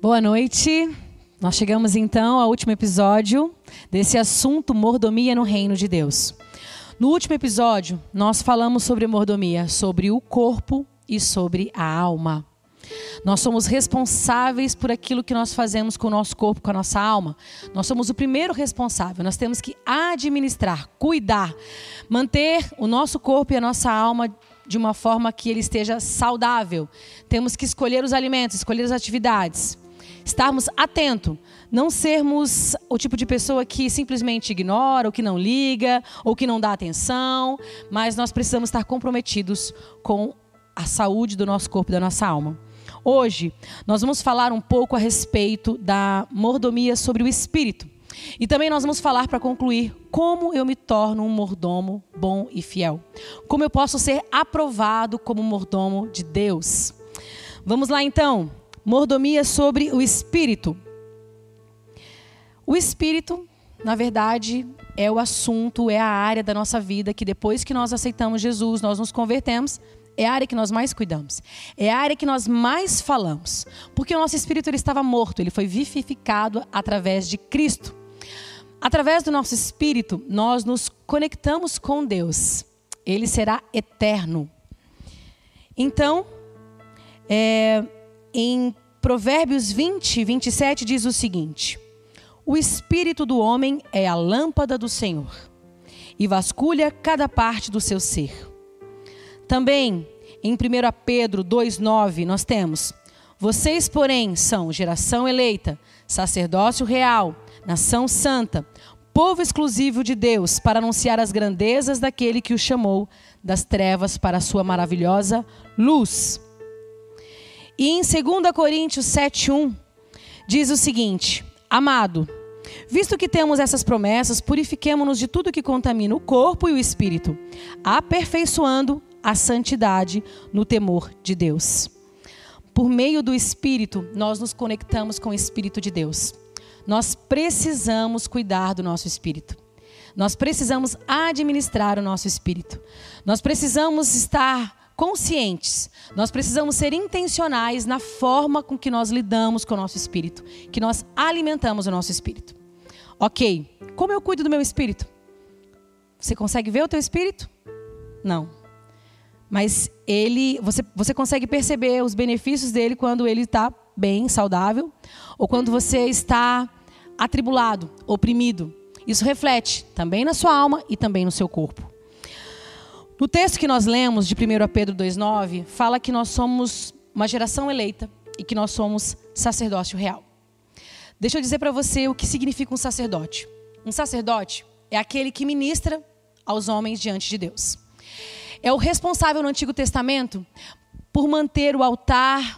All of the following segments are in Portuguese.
Boa noite. Nós chegamos então ao último episódio desse assunto mordomia no reino de Deus. No último episódio, nós falamos sobre mordomia, sobre o corpo e sobre a alma. Nós somos responsáveis por aquilo que nós fazemos com o nosso corpo, com a nossa alma. Nós somos o primeiro responsável. Nós temos que administrar, cuidar, manter o nosso corpo e a nossa alma de uma forma que ele esteja saudável. Temos que escolher os alimentos, escolher as atividades. Estarmos atentos, não sermos o tipo de pessoa que simplesmente ignora, ou que não liga, ou que não dá atenção, mas nós precisamos estar comprometidos com a saúde do nosso corpo e da nossa alma. Hoje, nós vamos falar um pouco a respeito da mordomia sobre o espírito. E também nós vamos falar, para concluir, como eu me torno um mordomo bom e fiel. Como eu posso ser aprovado como mordomo de Deus. Vamos lá então. Mordomia sobre o espírito. O espírito, na verdade, é o assunto, é a área da nossa vida que depois que nós aceitamos Jesus, nós nos convertemos, é a área que nós mais cuidamos. É a área que nós mais falamos. Porque o nosso espírito ele estava morto, ele foi vivificado através de Cristo. Através do nosso espírito, nós nos conectamos com Deus. Ele será eterno. Então, em Provérbios 20, 27 diz o seguinte: o espírito do homem é a lâmpada do Senhor e vasculha cada parte do seu ser. Também em 1 Pedro 2,9 nós temos: vocês, porém, são geração eleita, sacerdócio real, nação santa, povo exclusivo de Deus, para anunciar as grandezas daquele que o chamou das trevas para a sua maravilhosa luz. E em 2 Coríntios 7,1 diz o seguinte: amado, visto que temos essas promessas, purifiquemo-nos de tudo que contamina o corpo e o espírito, aperfeiçoando a santidade no temor de Deus. Por meio do espírito, nós nos conectamos com o espírito de Deus. Nós precisamos cuidar do nosso espírito. Nós precisamos administrar o nosso espírito. Nós precisamos estar conscientes. Nós precisamos ser intencionais na forma com que nós lidamos com o nosso espírito, que nós alimentamos o nosso espírito. Ok, como eu cuido do meu espírito? Você consegue ver o teu espírito? Não. Mas você consegue perceber os benefícios dele quando ele está bem, saudável, ou quando você está atribulado, oprimido. Isso reflete também na sua alma e também no seu corpo. No texto que nós lemos de 1 Pedro 2,9, fala que nós somos uma geração eleita e que nós somos sacerdócio real. Deixa eu dizer para você o que significa um sacerdote. Um sacerdote é aquele que ministra aos homens diante de Deus. É o responsável no Antigo Testamento por manter o altar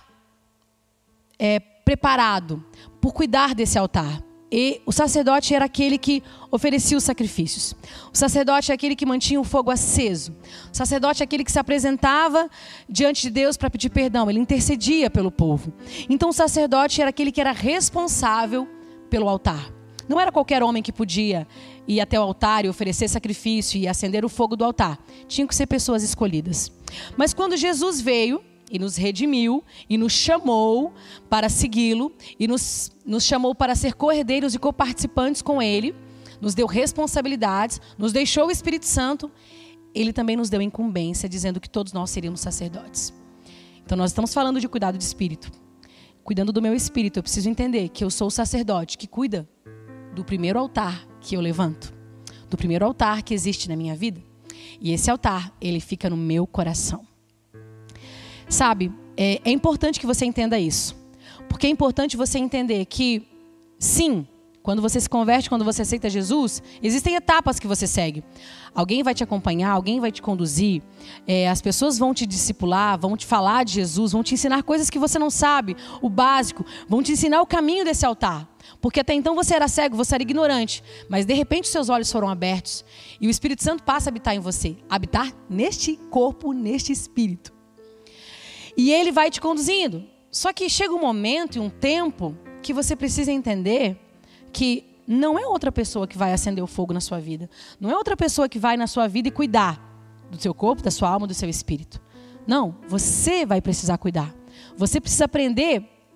preparado, por cuidar desse altar. E o sacerdote era aquele que oferecia os sacrifícios. O sacerdote é aquele que mantinha o fogo aceso. O sacerdote é aquele que se apresentava diante de Deus para pedir perdão. Ele intercedia pelo povo. Então o sacerdote era aquele que era responsável pelo altar. Não era qualquer homem que podia ir até o altar e oferecer sacrifício e acender o fogo do altar. Tinham que ser pessoas escolhidas. Mas quando Jesus veio e nos redimiu, e nos chamou para segui-lo, e nos chamou para ser co-herdeiros e coparticipantes com Ele, nos deu responsabilidades, nos deixou o Espírito Santo, Ele também nos deu incumbência, dizendo que todos nós seríamos sacerdotes. Então nós estamos falando de cuidado de espírito. Cuidando do meu espírito, eu preciso entender que eu sou o sacerdote que cuida do primeiro altar que eu levanto, do primeiro altar que existe na minha vida. E esse altar, ele fica no meu coração. Sabe, é importante que você entenda isso. Porque é importante você entender que, sim, quando você se converte, quando você aceita Jesus, existem etapas que você segue. Alguém vai te acompanhar, alguém vai te conduzir. As pessoas vão te discipular, vão te falar de Jesus, vão te ensinar coisas que você não sabe, o básico. Vão te ensinar o caminho desse altar. Porque até então você era cego, você era ignorante. Mas de repente seus olhos foram abertos. E o Espírito Santo passa a habitar em você. Habitar neste corpo, neste espírito. E ele vai te conduzindo. Só que chega um momento e um tempo que você precisa entender que não é outra pessoa que vai acender o fogo na sua vida. Não é outra pessoa que vai na sua vida e cuidar do seu corpo, da sua alma, do seu espírito. Não, você vai precisar cuidar. Você precisa aprender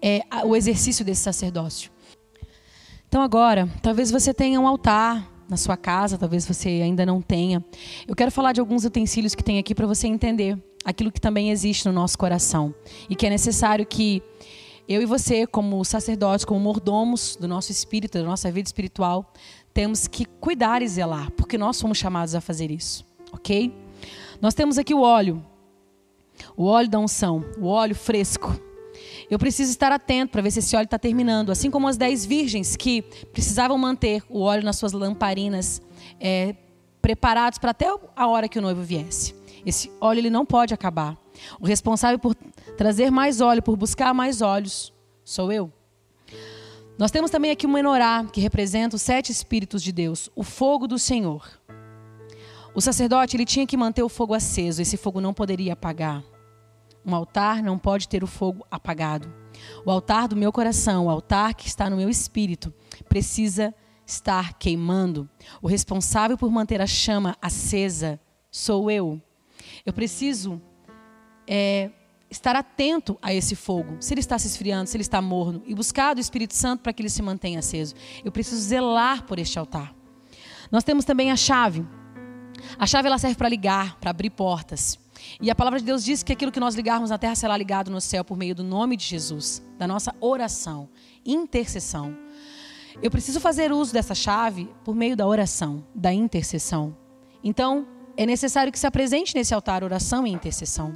o exercício desse sacerdócio. Então agora, talvez você tenha um altar na sua casa, talvez você ainda não tenha. Eu quero falar de alguns utensílios que tem aqui para você entender aquilo que também existe no nosso coração. E que é necessário que eu e você, como sacerdotes, como mordomos do nosso espírito, da nossa vida espiritual, temos que cuidar e zelar, porque nós somos chamados a fazer isso, ok? Nós temos aqui o óleo da unção, o óleo fresco. Eu preciso estar atento para ver se esse óleo está terminando. Assim como as 10 virgens que precisavam manter o óleo nas suas lamparinas preparados para até a hora que o noivo viesse. Esse óleo ele não pode acabar. O responsável por trazer mais óleo, por buscar mais óleos, sou eu. Nós temos também aqui o menorá, que representa os 7 Espíritos de Deus, o fogo do Senhor. O sacerdote ele tinha que manter o fogo aceso, esse fogo não poderia apagar. Um altar não pode ter o fogo apagado. O altar do meu coração, o altar que está no meu espírito, precisa estar queimando. O responsável por manter a chama acesa sou eu. Eu preciso estar atento a esse fogo. Se ele está se esfriando, se ele está morno. E buscar do Espírito Santo para que ele se mantenha aceso. Eu preciso zelar por este altar. Nós temos também a chave. A chave ela serve para ligar, para abrir portas. E a palavra de Deus diz que aquilo que nós ligarmos na terra será ligado no céu por meio do nome de Jesus, da nossa oração, intercessão. Eu preciso fazer uso dessa chave por meio da oração, da intercessão. Então, é necessário que se apresente nesse altar oração e intercessão.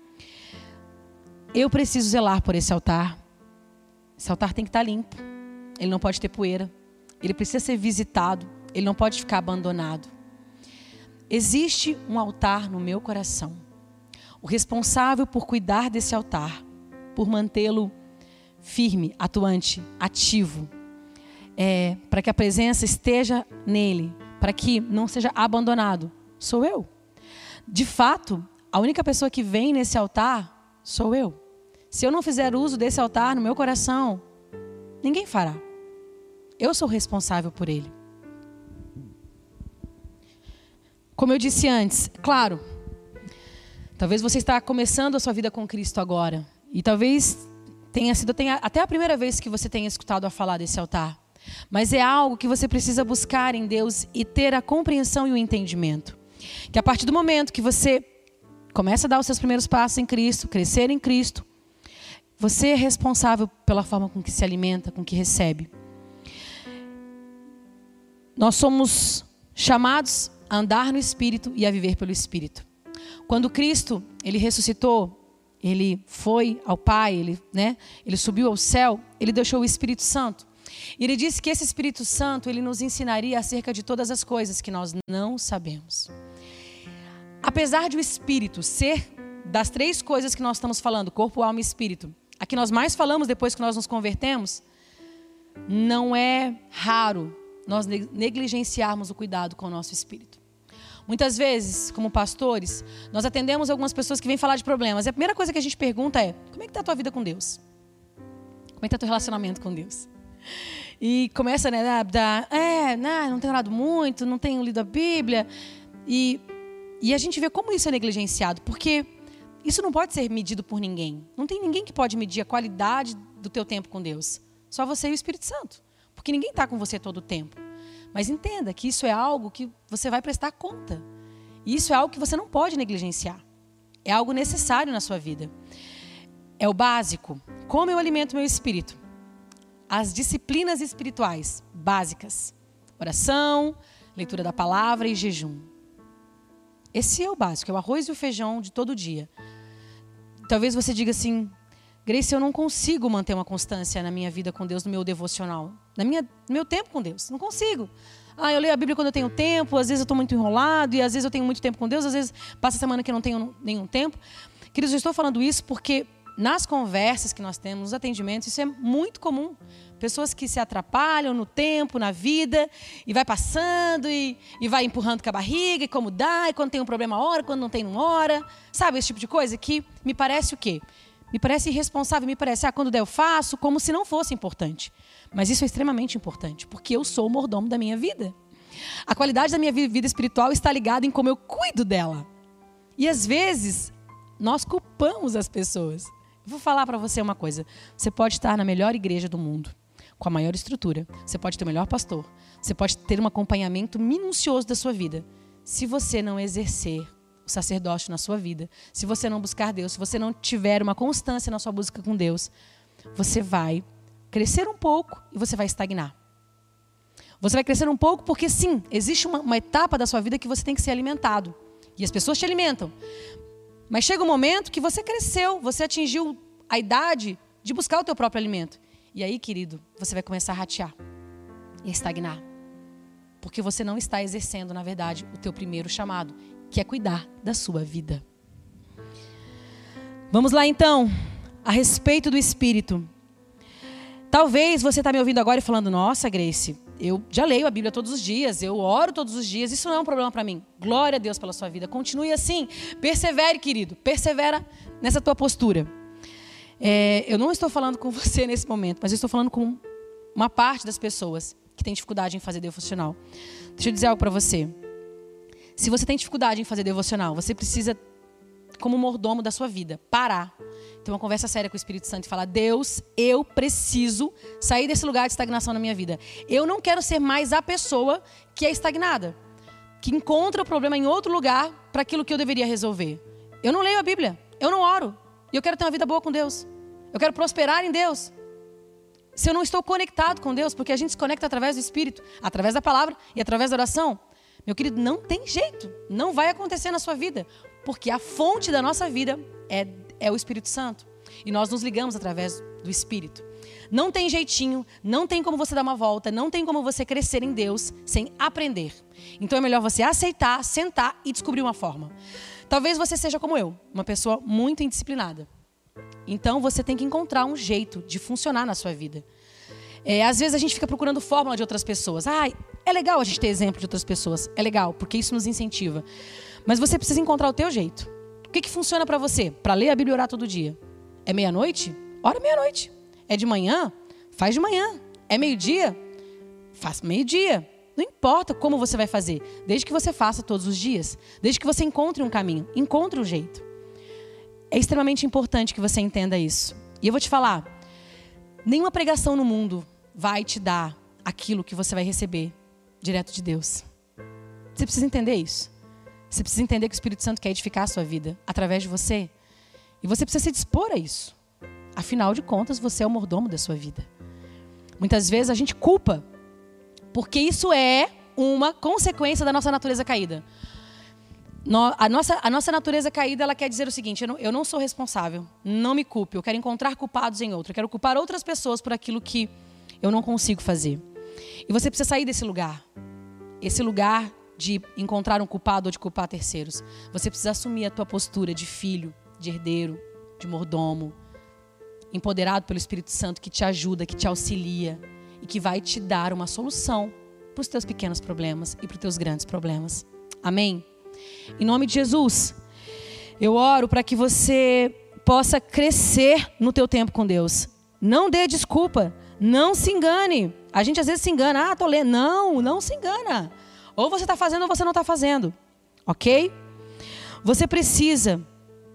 Eu preciso zelar por esse altar. Esse altar tem que estar limpo. Ele não pode ter poeira. Ele precisa ser visitado. Ele não pode ficar abandonado. Existe um altar no meu coração. O responsável por cuidar desse altar, por mantê-lo firme, atuante, ativo, para que a presença esteja nele, para que não seja abandonado, sou eu. De fato, a única pessoa que vem nesse altar sou eu. Se eu não fizer uso desse altar no meu coração, ninguém fará. Eu sou responsável por ele. Como eu disse antes, claro, talvez você está começando a sua vida com Cristo agora. E talvez tenha sido até a primeira vez que você tenha escutado a falar desse altar. Mas é algo que você precisa buscar em Deus e ter a compreensão e o entendimento. Que a partir do momento que você começa a dar os seus primeiros passos em Cristo, crescer em Cristo, você é responsável pela forma com que se alimenta, com que recebe. Nós somos chamados a andar no Espírito e a viver pelo Espírito. Quando Cristo, ele ressuscitou, ele foi ao Pai, ele subiu ao céu, ele deixou o Espírito Santo. E ele disse que esse Espírito Santo, ele nos ensinaria acerca de todas as coisas que nós não sabemos. Apesar de o Espírito ser das 3 coisas que nós estamos falando, corpo, alma e espírito, a que nós mais falamos depois que nós nos convertemos, não é raro nós negligenciarmos o cuidado com o nosso espírito. Muitas vezes, como pastores, nós atendemos algumas pessoas que vêm falar de problemas. E a primeira coisa que a gente pergunta é: como é que está a tua vida com Deus? Como é que está o teu relacionamento com Deus? E começa, não tenho orado muito, não tenho lido a Bíblia. E a gente vê como isso é negligenciado, porque isso não pode ser medido por ninguém. Não tem ninguém que pode medir a qualidade do teu tempo com Deus. Só você e o Espírito Santo. Porque ninguém está com você todo o tempo. Mas entenda que isso é algo que você vai prestar conta. E isso é algo que você não pode negligenciar. É algo necessário na sua vida. É o básico. Como eu alimento meu espírito? As disciplinas espirituais básicas. Oração, leitura da palavra e jejum. Esse é o básico, é o arroz e o feijão de todo dia. Talvez você diga assim: Grace, eu não consigo manter uma constância na minha vida com Deus, no meu devocional. No meu tempo com Deus. Não consigo. Eu leio a Bíblia quando eu tenho tempo, às vezes eu estou muito enrolado, e às vezes eu tenho muito tempo com Deus, às vezes passa a semana que eu não tenho nenhum tempo. Queridos, eu estou falando isso porque nas conversas que nós temos, nos atendimentos, isso é muito comum. Pessoas que se atrapalham no tempo, na vida, e vai passando, e vai empurrando com a barriga, e como dá, e quando tem um problema ora, quando não tem não ora. Sabe esse tipo de coisa que me parece o quê? Me parece irresponsável, me parece, quando der eu faço, como se não fosse importante. Mas isso é extremamente importante, porque eu sou o mordomo da minha vida. A qualidade da minha vida espiritual está ligada em como eu cuido dela. E às vezes, nós culpamos as pessoas. Vou falar para você uma coisa. Você pode estar na melhor igreja do mundo, com a maior estrutura. Você pode ter o melhor pastor. Você pode ter um acompanhamento minucioso da sua vida. Se você não exercer o sacerdócio na sua vida, se você não buscar Deus, se você não tiver uma constância na sua busca com Deus, você vai crescer um pouco e você vai estagnar. Você vai crescer um pouco porque, sim, existe uma etapa da sua vida que você tem que ser alimentado. E as pessoas te alimentam. Mas chega um momento que você cresceu, você atingiu a idade de buscar o teu próprio alimento. E aí, querido, você vai começar a ratear e a estagnar. Porque você não está exercendo, na verdade, o teu primeiro chamado, que é cuidar da sua vida. Vamos lá, então, a respeito do Espírito. Talvez você está me ouvindo agora e falando, nossa, Grace, eu já leio a Bíblia todos os dias, eu oro todos os dias, isso não é um problema para mim. Glória a Deus pela sua vida. Continue assim, persevere, querido, persevera nessa tua postura. Eu não estou falando com você nesse momento, mas eu estou falando com uma parte das pessoas que tem dificuldade em fazer devocional. Deixa eu dizer algo para você. Se você tem dificuldade em fazer devocional, você precisa, como mordomo da sua vida, parar. Ter uma conversa séria com o Espírito Santo e falar, Deus, eu preciso sair desse lugar de estagnação na minha vida. Eu não quero ser mais a pessoa que é estagnada, que encontra o problema em outro lugar para aquilo que eu deveria resolver. Eu não leio a Bíblia, eu não oro, e eu quero ter uma vida boa com Deus. Eu quero prosperar em Deus. Se eu não estou conectado com Deus, porque a gente se conecta através do Espírito, através da palavra e através da oração, meu querido, não tem jeito, não vai acontecer na sua vida, porque a fonte da nossa vida é o Espírito Santo. E nós nos ligamos através do Espírito. Não tem jeitinho, não tem como você dar uma volta, não tem como você crescer em Deus sem aprender. Então é melhor você aceitar, sentar e descobrir uma forma. Talvez você seja como eu, uma pessoa muito indisciplinada. Então você tem que encontrar um jeito de funcionar na sua vida. Às vezes a gente fica procurando fórmula de outras pessoas. É legal a gente ter exemplo de outras pessoas. É legal, porque isso nos incentiva. Mas você precisa encontrar o teu jeito. O que funciona para você? Para ler a Bíblia e orar todo dia. É meia-noite? Ora meia-noite. É de manhã? Faz de manhã. É meio-dia? Faz meio-dia. Não importa como você vai fazer. Desde que você faça todos os dias. Desde que você encontre um caminho. Encontre um jeito. É extremamente importante que você entenda isso. E eu vou te falar. Nenhuma pregação no mundo vai te dar aquilo que você vai receber direto de Deus. Você precisa entender isso. Você precisa entender que o Espírito Santo quer edificar a sua vida através de você. E você precisa se dispor a isso. Afinal de contas, você é o mordomo da sua vida. Muitas vezes a gente culpa, porque isso é uma consequência da nossa natureza caída. A nossa natureza caída, ela quer dizer o seguinte, eu não sou responsável, não me culpe, eu quero encontrar culpados em outro, eu quero culpar outras pessoas por aquilo que eu não consigo fazer. E você precisa sair desse lugar, esse lugar de encontrar um culpado ou de culpar terceiros. Você precisa assumir a tua postura de filho, de herdeiro, de mordomo, empoderado pelo Espírito Santo que te ajuda, que te auxilia e que vai te dar uma solução para os teus pequenos problemas e para os teus grandes problemas. Amém? Em nome de Jesus, eu oro para que você possa crescer no teu tempo com Deus. Não dê desculpa, não se engane. A gente às vezes se engana, tô lendo. Não se engana. Ou você está fazendo ou você não está fazendo. Ok? Você precisa.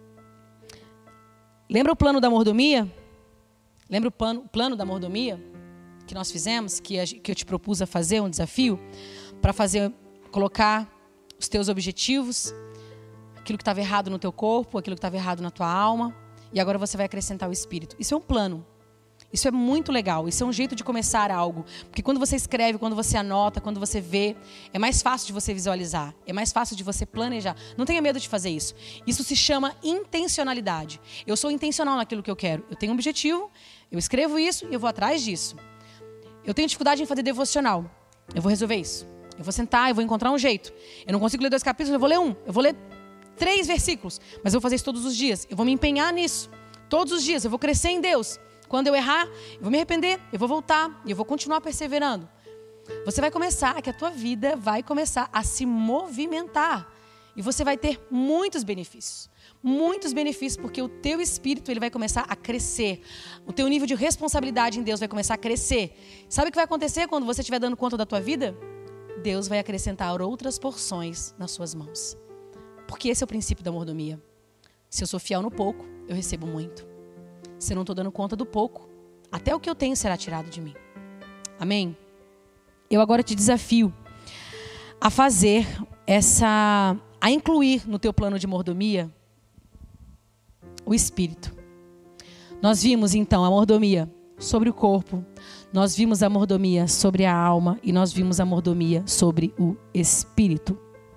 Lembra o plano da mordomia? Lembra o plano da mordomia que nós fizemos, que eu te propus a fazer, um desafio? Para colocar os teus objetivos, aquilo que estava errado no teu corpo, aquilo que estava errado na tua alma, e agora você vai acrescentar o Espírito. Isso é um plano. Isso é muito legal. Isso é um jeito de começar algo. Porque quando você escreve, quando você anota, quando você vê, é mais fácil de você visualizar. É mais fácil de você planejar. Não tenha medo de fazer isso. Isso se chama intencionalidade. Eu sou intencional naquilo que eu quero. Eu tenho um objetivo, eu escrevo isso e eu vou atrás disso. Eu tenho dificuldade em fazer devocional. Eu vou resolver isso. Eu vou sentar, eu vou encontrar um jeito. Eu não consigo ler 2 capítulos, eu vou ler 1. Eu vou ler 3 versículos. Mas eu vou fazer isso todos os dias. Eu vou me empenhar nisso. Todos os dias. Eu vou crescer em Deus. Quando eu errar, eu vou me arrepender. Eu vou voltar. E eu vou continuar perseverando. Você vai começar, que a tua vida vai começar a se movimentar. E você vai ter muitos benefícios. Muitos benefícios, porque o teu espírito ele vai começar a crescer. O teu nível de responsabilidade em Deus vai começar a crescer. Sabe o que vai acontecer quando você estiver dando conta da tua vida? Deus vai acrescentar outras porções nas suas mãos. Porque esse é o princípio da mordomia. Se eu sou fiel no pouco, eu recebo muito. Se eu não estou dando conta do pouco, até o que eu tenho será tirado de mim. Amém? Eu agora te desafio a fazer a incluir no teu plano de mordomia o Espírito. Nós vimos então a mordomia sobre o corpo, nós vimos a mordomia sobre a alma e nós vimos a mordomia sobre o Espírito.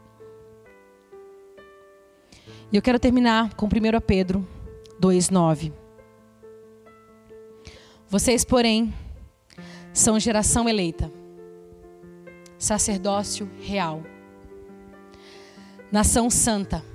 E eu quero terminar com 1 Pedro 2,9. Vocês, porém, são geração eleita, sacerdócio real, nação santa,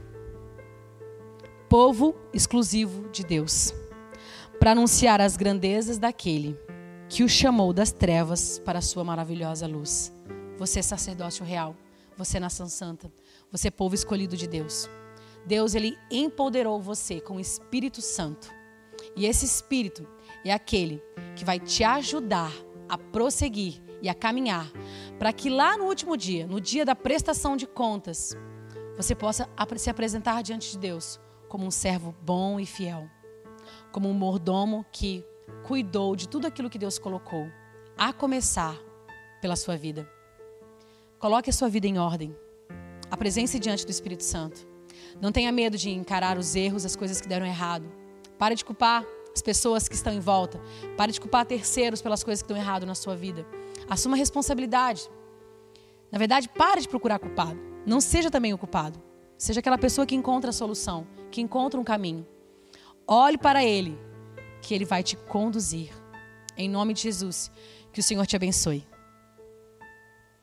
povo exclusivo de Deus, para anunciar as grandezas daquele que o chamou das trevas para a sua maravilhosa luz. Você é sacerdócio real, você é nação santa, você é povo escolhido de Deus. Deus, Ele empoderou você com o Espírito Santo. E esse Espírito é aquele que vai te ajudar a prosseguir e a caminhar para que lá no último dia, no dia da prestação de contas, você possa se apresentar diante de Deus como um servo bom e fiel, como um mordomo que cuidou de tudo aquilo que Deus colocou, a começar pela sua vida. Coloque a sua vida em ordem. Apresente-se diante do Espírito Santo. Não tenha medo de encarar os erros, as coisas que deram errado. Pare de culpar as pessoas que estão em volta. Pare de culpar terceiros pelas coisas que dão errado na sua vida. Assuma a responsabilidade. Na verdade, pare de procurar culpado. Não seja também o culpado. Seja aquela pessoa que encontra a solução, que encontra um caminho. Olhe para Ele, que Ele vai te conduzir. Em nome de Jesus, que o Senhor te abençoe.